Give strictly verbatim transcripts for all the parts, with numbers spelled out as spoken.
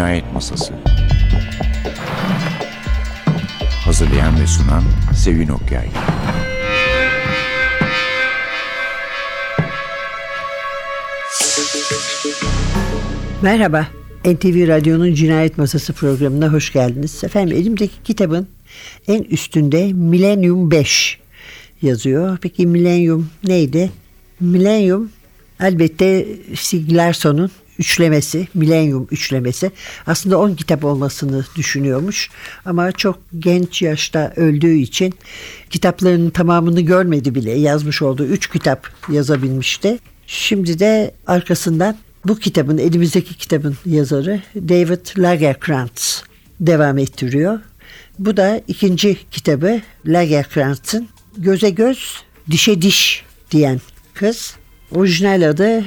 Cinayet Masası. Hazırlayan ve sunan Sevin Okyay. Merhaba, N T V Radyo'nun Cinayet Masası programına hoş geldiniz. Efendim, elimdeki kitabın en üstünde Millennium beş yazıyor. Peki Millennium neydi? Millennium elbette Stieg Larsson'un üçlemesi, Millennium üçlemesi. Aslında on kitap olmasını düşünüyormuş ama çok genç yaşta öldüğü için kitaplarının tamamını görmedi bile. Yazmış olduğu üç kitap yazabilmişti. Şimdi de arkasından bu kitabın, elimizdeki kitabın yazarı David Lagercrantz devam ettiriyor. Bu da ikinci kitabı Lagercrantz'ın Göze Göz, Dişe Diş diyen kız. Orijinal adı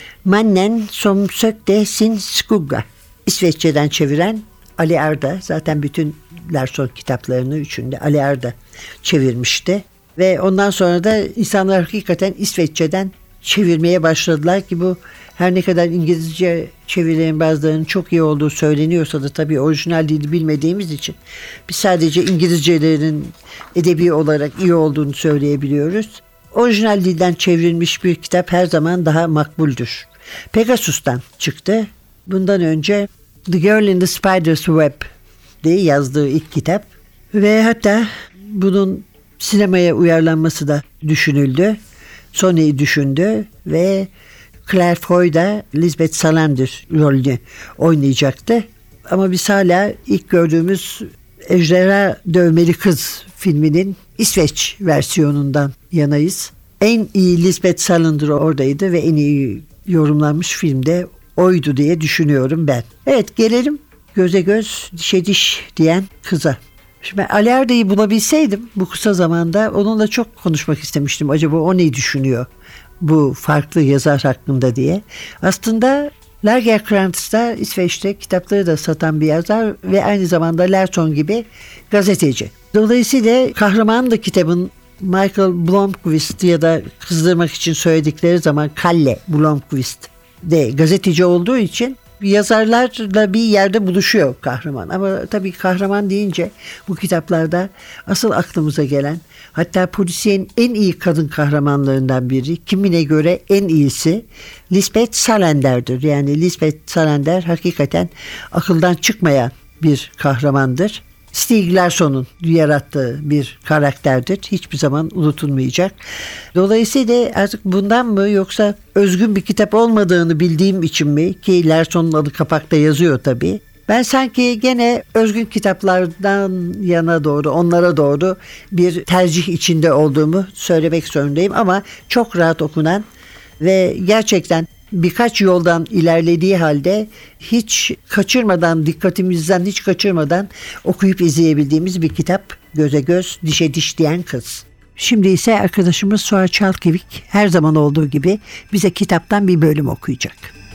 Mannen som sökte sin skugga. İsveççeden çeviren Ali Arda. Zaten bütün Larsson kitaplarını üçünde Ali Arda çevirmişti. Ve ondan sonra da insanlar hakikaten İsveççeden çevirmeye başladılar ki bu her ne kadar İngilizce çevirilerin bazılarının çok iyi olduğu söyleniyorsa da tabii orijinal dili bilmediğimiz için biz sadece İngilizcelerin edebi olarak iyi olduğunu söyleyebiliyoruz. Orijinal dilden çevrilmiş bir kitap her zaman daha makbuldür. Pegasus'tan çıktı. Bundan önce The Girl in the Spider's Web diye yazdığı ilk kitap ve hatta bunun sinemaya uyarlanması da düşünüldü. Sony düşündü ve Claire Foy da Lisbeth Salander rolünü oynayacaktı. Ama biz hala ilk gördüğümüz Ejderha Dövmeli Kız filminin İsveç versiyonundan yanayız. En iyi Lisbeth Salander oradaydı ve en iyi yorumlanmış filmde oydu diye düşünüyorum ben. Evet, gelelim Göze Göz, Dişe Diş diyen kıza. Şimdi Ali Arda'yı bulabilseydim bu kısa zamanda onunla çok konuşmak istemiştim. Acaba o ne düşünüyor bu farklı yazar hakkında diye. Aslında Lagercrantz da İsveç'te kitapları da satan bir yazar ve aynı zamanda Larsson gibi gazeteci. Dolayısıyla kahraman da kitabın Michael Blomkvist ya da kızdırmak için söyledikleri zaman Kalle Blomkvist de gazeteci olduğu için yazarlarla bir yerde buluşuyor kahraman. Ama tabii kahraman deyince bu kitaplarda asıl aklımıza gelen, hatta polisiyenin en iyi kadın kahramanlarından biri, kimine göre en iyisi Lisbeth Salander'dir. Yani Lisbeth Salander hakikaten akıldan çıkmayan bir kahramandır. Stieg Larsson'un yarattığı bir karakterdir. Hiçbir zaman unutulmayacak. Dolayısıyla artık bundan mı yoksa özgün bir kitap olmadığını bildiğim için mi, ki Larsson'un adı kapakta yazıyor tabii. Ben sanki gene özgün kitaplardan yana doğru, onlara doğru bir tercih içinde olduğumu söylemek zorundayım. Ama çok rahat okunan ve gerçekten birkaç yoldan ilerlediği halde hiç kaçırmadan, dikkatimizden hiç kaçırmadan okuyup izleyebildiğimiz bir kitap Göze Göz, Dişe Diş diyen kız. Şimdi ise arkadaşımız Suha Çalkevik her zaman olduğu gibi bize kitaptan bir bölüm okuyacak.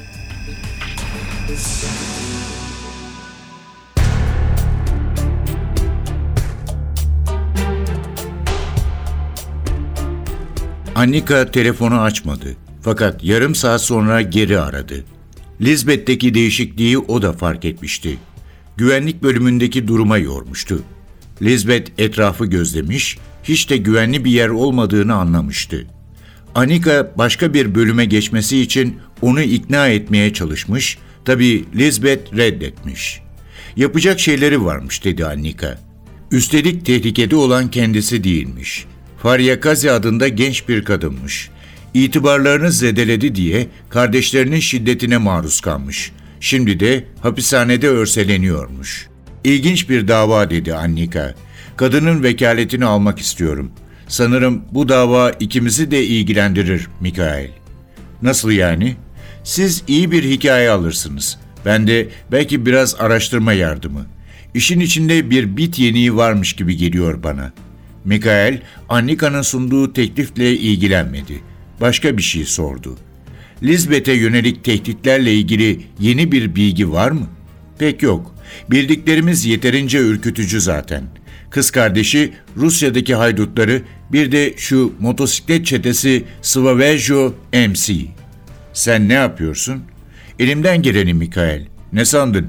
Annika telefonu açmadı. Fakat yarım saat sonra geri aradı. Lisbeth'teki değişikliği o da fark etmişti. Güvenlik bölümündeki duruma yormuştu. Lisbeth etrafı gözlemiş, hiç de güvenli bir yer olmadığını anlamıştı. Annika başka bir bölüme geçmesi için onu ikna etmeye çalışmış, tabii Lisbeth reddetmiş. Yapacak şeyleri varmış dedi Annika. Üstelik tehlikede olan kendisi değilmiş. Faryakazi adında genç bir kadınmış. İtibarlarını zedeledi diye kardeşlerinin şiddetine maruz kalmış. Şimdi de hapishanede örseleniyormuş. İlginç bir dava dedi Annika. Kadının vekaletini almak istiyorum. Sanırım bu dava ikimizi de ilgilendirir Mikael. Nasıl yani? Siz iyi bir hikaye alırsınız. Ben de belki biraz araştırma yardımı. İşin içinde bir bit yeniği varmış gibi geliyor bana. Mikael, Annika'nın sunduğu teklifle ilgilenmedi. Başka bir şey sordu. Lisbeth'e yönelik tehditlerle ilgili yeni bir bilgi var mı? Pek yok. Bildiklerimiz yeterince ürkütücü zaten. Kız kardeşi Rusya'daki haydutları, bir de şu motosiklet çetesi Svavajo M C. Sen ne yapıyorsun? Elimden geleni Mikael. Ne sandın?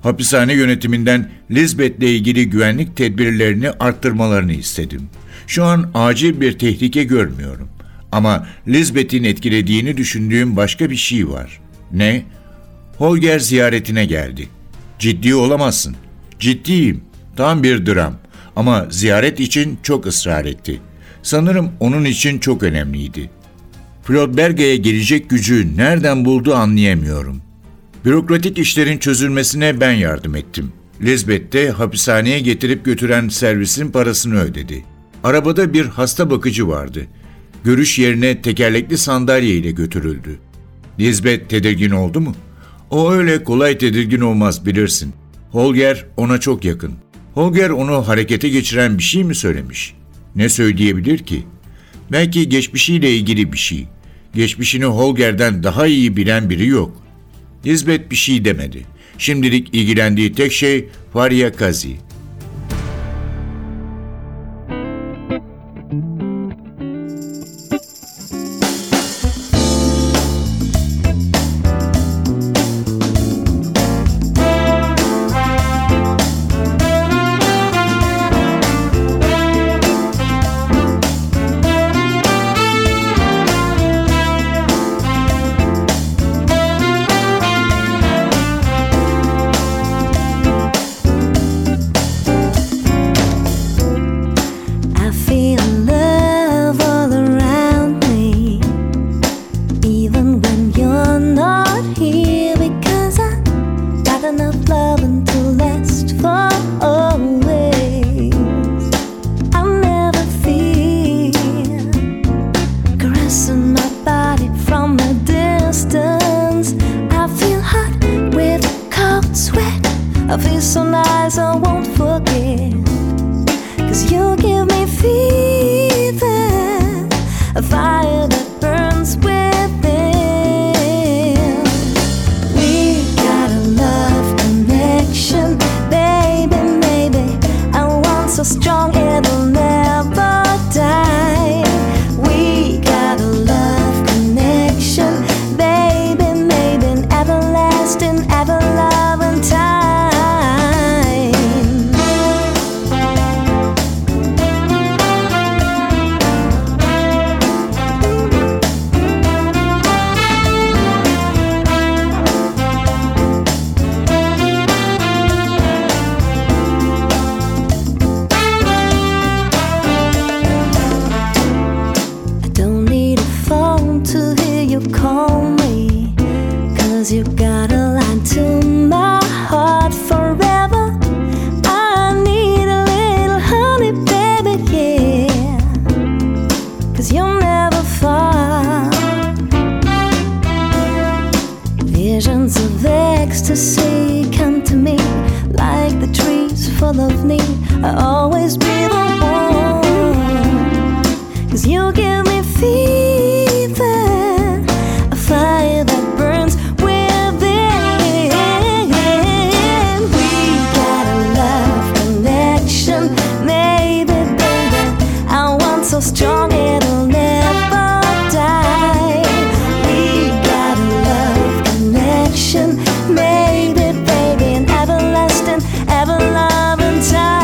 Hapishane yönetiminden Lisbeth'le ilgili güvenlik tedbirlerini arttırmalarını istedim. Şu an acil bir tehlike görmüyorum. Ama Lisbeth'in etkilediğini düşündüğüm başka bir şey var. Ne? Holger ziyaretine geldi. Ciddi olamazsın. Ciddiyim. Tam bir dram. Ama ziyaret için çok ısrar etti. Sanırım onun için çok önemliydi. Flodberg'e gelecek gücü nereden buldu anlayamıyorum. Bürokratik işlerin çözülmesine ben yardım ettim. Lisbeth de hapishaneye getirip götüren servisin parasını ödedi. Arabada bir hasta bakıcı vardı. Görüş yerine tekerlekli sandalye ile götürüldü. Lisbeth tedirgin oldu mu? O öyle kolay tedirgin olmaz, bilirsin. Holger ona çok yakın. Holger onu harekete geçiren bir şey mi söylemiş? Ne söyleyebilir ki? Belki geçmişiyle ilgili bir şey. Geçmişini Holger'den daha iyi bilen biri yok. Lisbeth bir şey demedi. Şimdilik ilgilendiği tek şey Faria Kazi. I feel so nice I won't forget, 'cause you give me fever, a fire that burns within. We got a love connection, baby, maybe I want so strong it'll never die. We got a love connection, baby, maybe an everlasting, ever-loving time. Call me, 'cause you got a line to my heart forever. I need a little honey, baby, yeah, 'cause you're never far. Visions of ecstasy come to me like the trees full of need. I'll always be the one, 'cause you give me fever, fire that burns within. We got a love connection, maybe, baby, I want so strong it'll never die. We got a love connection, maybe, baby, an everlasting, ever-loving time.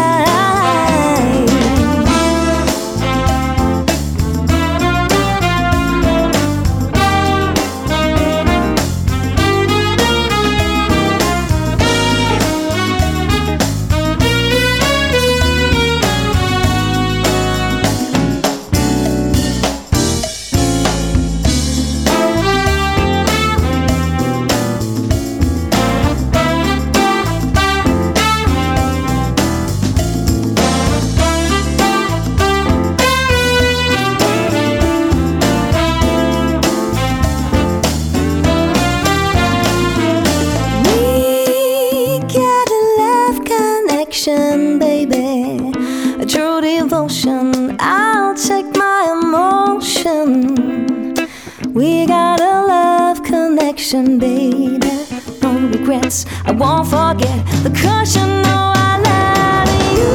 Baby, a true devotion, I'll check my emotion. We got a love connection, baby, no regrets, I won't forget the caution, no, I love you.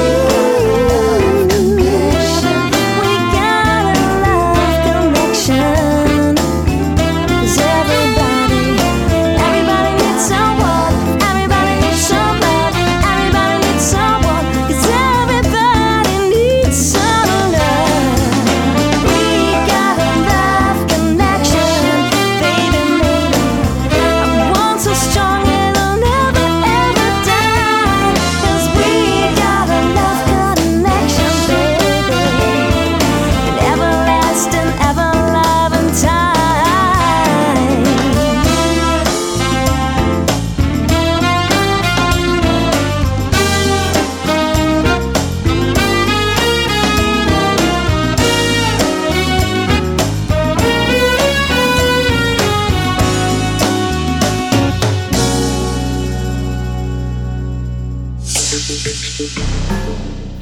We got a love connection, 'cause everybody, everybody needs someone, everybody needs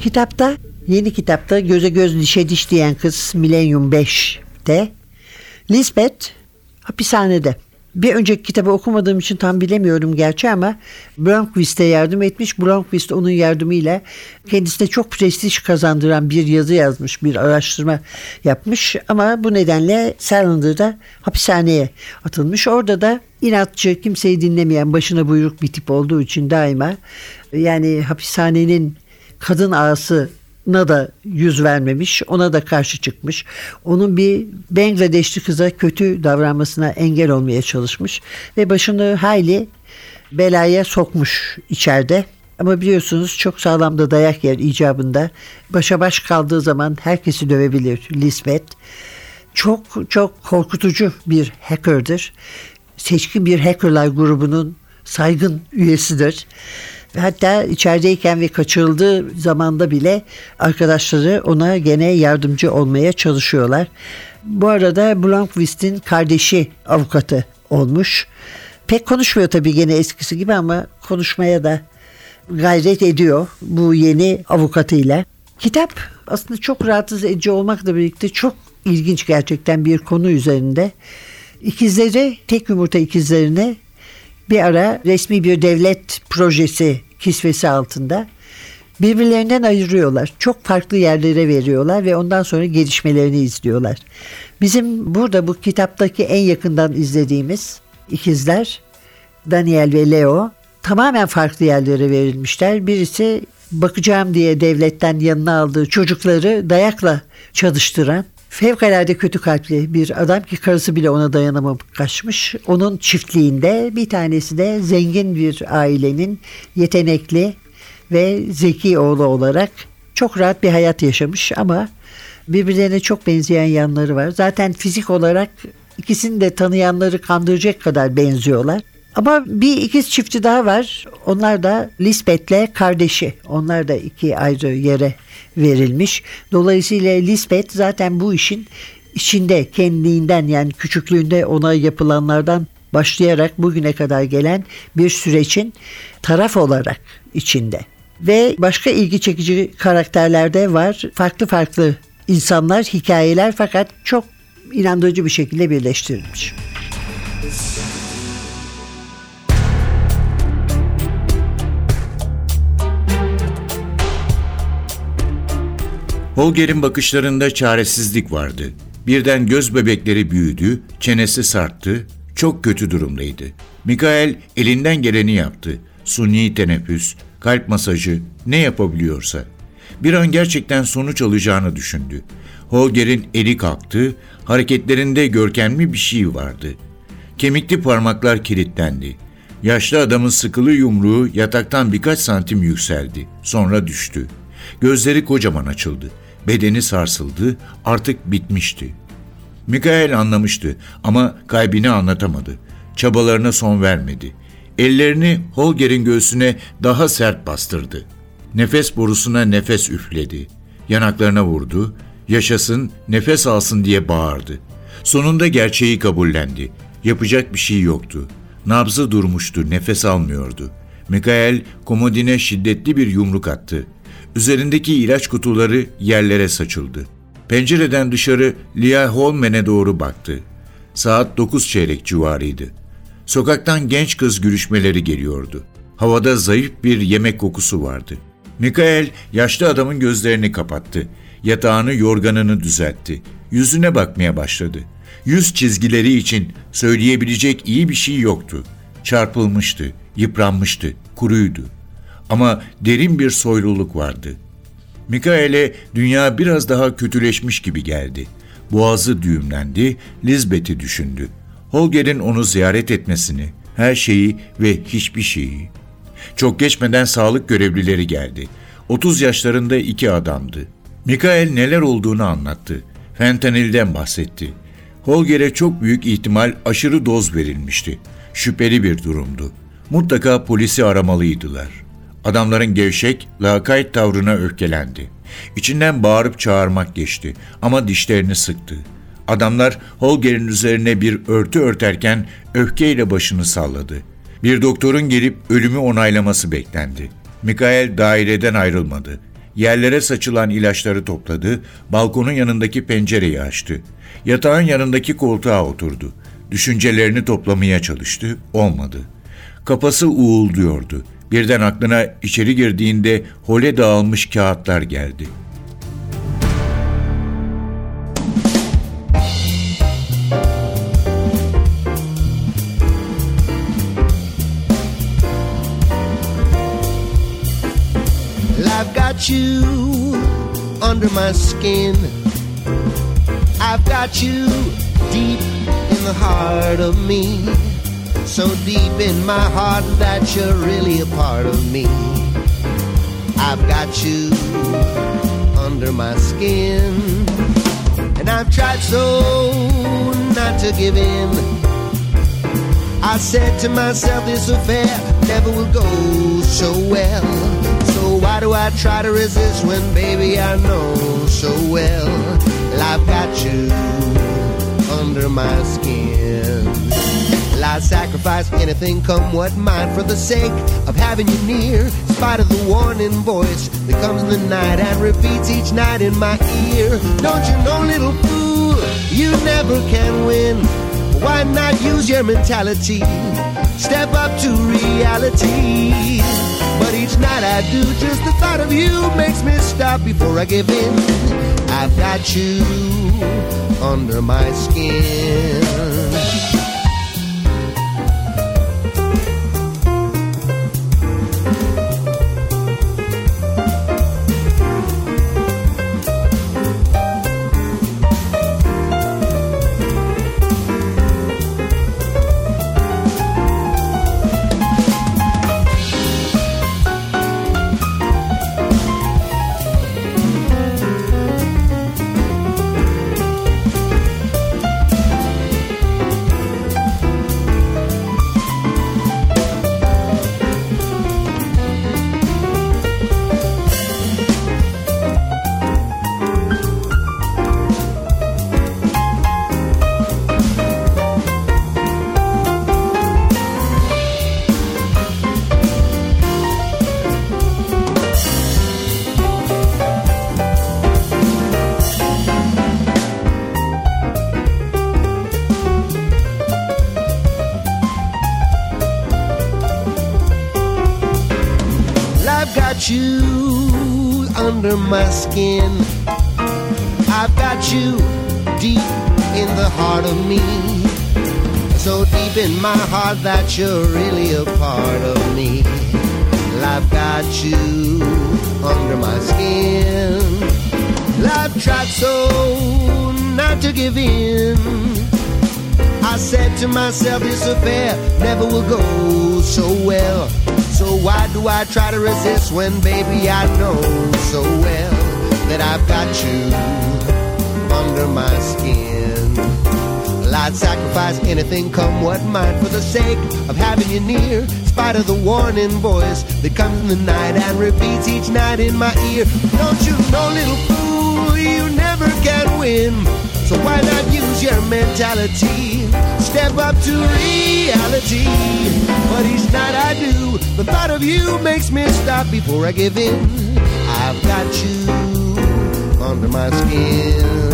kitapta, yeni kitapta göze göz dişe diş diyen kız Millennium beşte Lisbeth hapishanede. Bir önceki kitabı okumadığım için tam bilemiyorum gerçi ama Blomqvist'e yardım etmiş. Blomqvist onun yardımıyla kendisine çok prestij kazandıran bir yazı yazmış, bir araştırma yapmış. Ama bu nedenle Salander'da hapishaneye atılmış. Orada da inatçı, kimseyi dinlemeyen, başına buyruk bir tip olduğu için daima yani hapishanenin kadın ağası na da yüz vermemiş, ona da karşı çıkmış. Onun bir Bangladeşli kıza kötü davranmasına engel olmaya çalışmış ve başını hayli belaya sokmuş içeride. Ama biliyorsunuz çok sağlam da dayak yer icabında. Başa baş kaldığı zaman herkesi dövebilir Lisbeth. Çok çok korkutucu bir hacker'dır. Seçkin bir hackerlar grubunun saygın üyesidir. Hatta içerideyken ve kaçırıldığı zamanda bile arkadaşları ona gene yardımcı olmaya çalışıyorlar. Bu arada Blomqvist'in kardeşi avukatı olmuş. Pek konuşmuyor tabii gene eskisi gibi ama konuşmaya da gayret ediyor bu yeni avukatıyla. Kitap aslında çok rahatsız edici olmakla birlikte çok ilginç gerçekten bir konu üzerinde. İkizleri, tek yumurta ikizlerine bir ara resmi bir devlet projesi kisvesi altında birbirlerinden ayırıyorlar. Çok farklı yerlere veriyorlar ve ondan sonra gelişmelerini izliyorlar. Bizim burada bu kitaptaki en yakından izlediğimiz ikizler Daniel ve Leo tamamen farklı yerlere verilmişler. Birisi bakacağım diye devletten yanına aldığı çocukları dayakla çalıştıran fevkalade kötü kalpli bir adam ki karısı bile ona dayanamamış kaçmış. Onun çiftliğinde bir tanesi de zengin bir ailenin yetenekli ve zeki oğlu olarak çok rahat bir hayat yaşamış ama birbirlerine çok benzeyen yanları var. Zaten fizik olarak ikisini de tanıyanları kandıracak kadar benziyorlar. Ama bir ikiz çifti daha var. Onlar da Lisbeth'le kardeşi. Onlar da iki ayrı yere verilmiş. Dolayısıyla Lisbeth zaten bu işin içinde kendiliğinden yani küçüklüğünde ona yapılanlardan başlayarak bugüne kadar gelen bir sürecin taraf olarak içinde. Ve başka ilgi çekici karakterler de var. Farklı farklı insanlar, hikayeler fakat çok inandırıcı bir şekilde birleştirilmiş. Holger'in bakışlarında çaresizlik vardı. Birden göz bebekleri büyüdü, çenesi sarttı, çok kötü durumdaydı. Mikael elinden geleni yaptı. Suni teneffüs, kalp masajı, ne yapabiliyorsa. Bir an gerçekten sonuç alacağını düşündü. Holger'in eli kalktı, hareketlerinde görkemli bir şey vardı. Kemikli parmaklar kilitlendi. Yaşlı adamın sıkılı yumruğu yataktan birkaç santim yükseldi. Sonra düştü. Gözleri kocaman açıldı. Bedeni sarsıldı, artık bitmişti. Mikael anlamıştı ama kalbini anlatamadı. Çabalarına son vermedi. Ellerini Holger'in göğsüne daha sert bastırdı. Nefes borusuna nefes üfledi. Yanaklarına vurdu. Yaşasın, nefes alsın diye bağırdı. Sonunda gerçeği kabullendi. Yapacak bir şey yoktu. Nabzı durmuştu, nefes almıyordu. Mikael komodine şiddetli bir yumruk attı. Üzerindeki ilaç kutuları yerlere saçıldı. Pencereden dışarı Lia Holmen'e doğru baktı. Saat dokuz çeyrek civarıydı. Sokaktan genç kız gülüşmeleri geliyordu. Havada zayıf bir yemek kokusu vardı. Mikael yaşlı adamın gözlerini kapattı. Yatağını, yorganını düzeltti. Yüzüne bakmaya başladı. Yüz çizgileri için söyleyebilecek iyi bir şey yoktu. Çarpılmıştı, yıpranmıştı, kuruydu. Ama derin bir soyluluk vardı. Mikael'e dünya biraz daha kötüleşmiş gibi geldi. Boğazı düğümlendi, Lisbeth'i düşündü. Holger'in onu ziyaret etmesini, her şeyi ve hiçbir şeyi. Çok geçmeden sağlık görevlileri geldi. otuz yaşlarında iki adamdı. Mikael neler olduğunu anlattı. Fentanilden bahsetti. Holger'e çok büyük ihtimal aşırı doz verilmişti. Şüpheli bir durumdu. Mutlaka polisi aramalıydılar. Adamların gevşek, lakayt tavrına öfkelendi. İçinden bağırıp çağırmak geçti ama dişlerini sıktı. Adamlar Holger'in üzerine bir örtü örterken öfkeyle başını salladı. Bir doktorun gelip ölümü onaylaması beklendi. Mikael daireden ayrılmadı. Yerlere saçılan ilaçları topladı, balkonun yanındaki pencereyi açtı. Yatağın yanındaki koltuğa oturdu. Düşüncelerini toplamaya çalıştı, olmadı. Kafası uğulduyordu. Birden aklına içeri girdiğinde hole dağılmış kağıtlar geldi. I've got you under my skin. I've got you deep in the heart of me. So deep in my heart that you're really a part of me. I've got you under my skin. And I've tried so not to give in. I said to myself, this affair never will go so well. So why do I try to resist when, baby, I know so well well, I've got you under my skin. Well, I'd sacrifice anything, come what might, for the sake of having you near, in spite of the warning voice that comes in the night and repeats each night in my ear. Don't you know, little fool, you never can win. Why not use your mentality? Step up to reality. But each night I do, just the thought of you makes me stop before I give in. I've got you under my skin. You under my skin, I've got you deep in the heart of me, so deep in my heart that you're really a part of me. Well, I've got you under my skin. Well, I've tried so not to give in. I said to myself, this affair never will go so well. So why do I try to resist when, baby, I know so well that I've got you under my skin? Well, I'd sacrifice anything, come what might, for the sake of having you near, in spite of the warning voice that comes in the night and repeats each night in my ear. Don't you know, little fool, you never can win. So why not use your mentality? Step up to reality. But each night I do, the thought of you makes me stop before I give in. I've got you under my skin.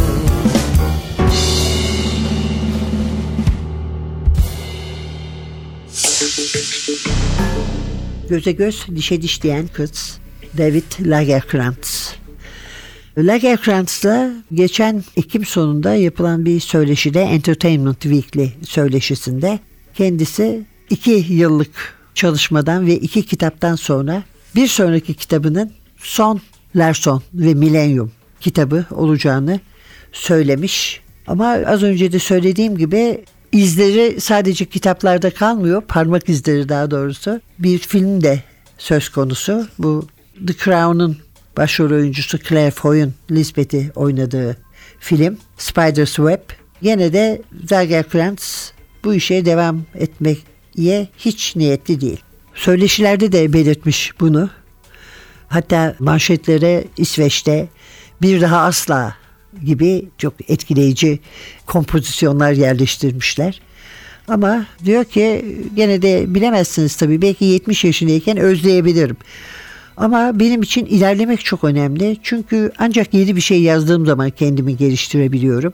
Göze göz, dişe diş diyen kız David Lagercrantz. Lagercrantz'la geçen Ekim sonunda yapılan bir söyleşide, Entertainment Weekly söyleşisinde, kendisi iki yıllık çalışmadan ve iki kitaptan sonra bir sonraki kitabının Son, Larson ve Millennium kitabı olacağını söylemiş. Ama az önce de söylediğim gibi izleri sadece kitaplarda kalmıyor, parmak izleri daha doğrusu. Bir film de söz konusu. Bu The Crown'un başrol oyuncusu Claire Foy'un Lisbeth'i oynadığı film Spider's Web. Yine de Lagercrantz bu işe devam etmeye hiç niyetli değil. Söyleşilerde de belirtmiş bunu. Hatta manşetlere İsveç'te "Bir daha asla" gibi çok etkileyici kompozisyonlar yerleştirmişler. Ama diyor ki gene de bilemezsiniz tabii, belki yetmiş yaşındayken özleyebilirim. Ama benim için ilerlemek çok önemli. Çünkü ancak yeni bir şey yazdığım zaman kendimi geliştirebiliyorum.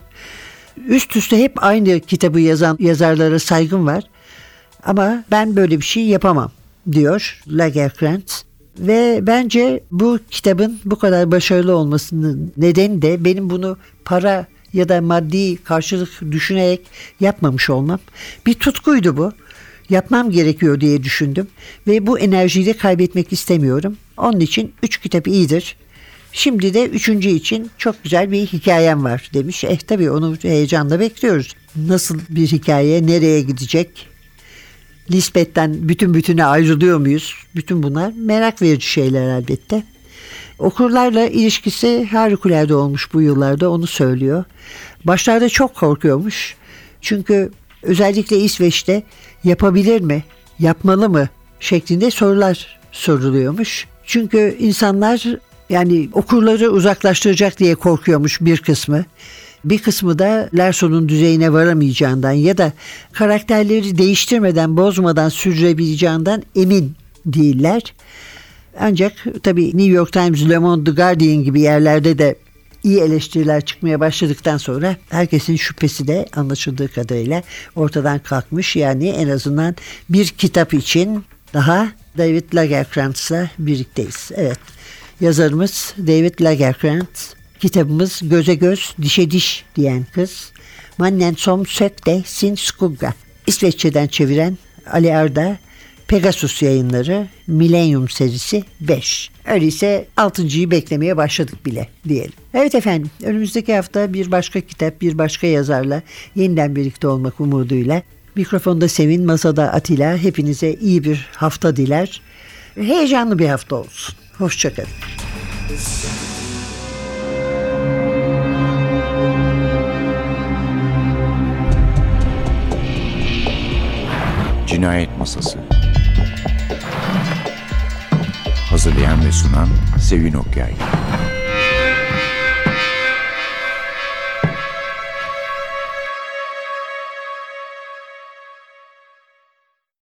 Üst üste hep aynı kitabı yazan yazarlara saygım var. Ama ben böyle bir şey yapamam diyor Lagercrantz. Ve bence bu kitabın bu kadar başarılı olmasının nedeni de benim bunu para ya da maddi karşılık düşünerek yapmamış olmam. Bir tutkuydu bu. Yapmam gerekiyor diye düşündüm. Ve bu enerjiyi de kaybetmek istemiyorum. Onun için üç kitap iyidir. Şimdi de üçüncü için çok güzel bir hikayem var demiş. Eh tabii onu heyecanla bekliyoruz. Nasıl bir hikaye, nereye gidecek? Lisbeth'ten bütün bütüne ayrılıyor muyuz? Bütün bunlar merak verici şeyler elbette. Okurlarla ilişkisi harikulade olmuş bu yıllarda, onu söylüyor. Başlarda çok korkuyormuş. Çünkü özellikle İsveç'te yapabilir mi, yapmalı mı şeklinde sorular soruluyormuş. Çünkü insanlar yani okurları uzaklaştıracak diye korkuyormuş bir kısmı. Bir kısmı da Larsson'un düzeyine varamayacağından ya da karakterleri değiştirmeden, bozmadan sürdürebileceğinden emin değiller. Ancak tabii New York Times, Le Monde, The Guardian gibi yerlerde de iyi eleştiriler çıkmaya başladıktan sonra herkesin şüphesi de anlaşıldığı kadarıyla ortadan kalkmış. Yani en azından bir kitap için daha David Lagercrantz'la birlikteyiz. Evet, yazarımız David Lagercrantz. Kitabımız Göze Göz, Dişe Diş diyen kız. Mannen som sökte sin skugga. İsveççeden çeviren Ali Arda, Pegasus Yayınları, Millennium serisi beş. Öyleyse altıncıyı beklemeye başladık bile diyelim. Evet efendim, önümüzdeki hafta bir başka kitap, bir başka yazarla yeniden birlikte olmak umuduyla. Mikrofonda Sevin, masada Atilla. Hepinize iyi bir hafta diler. Heyecanlı bir hafta olsun. Hoşçakalın. Cinayet Masası. Hazırlayan ve sunan Sevin Okyay.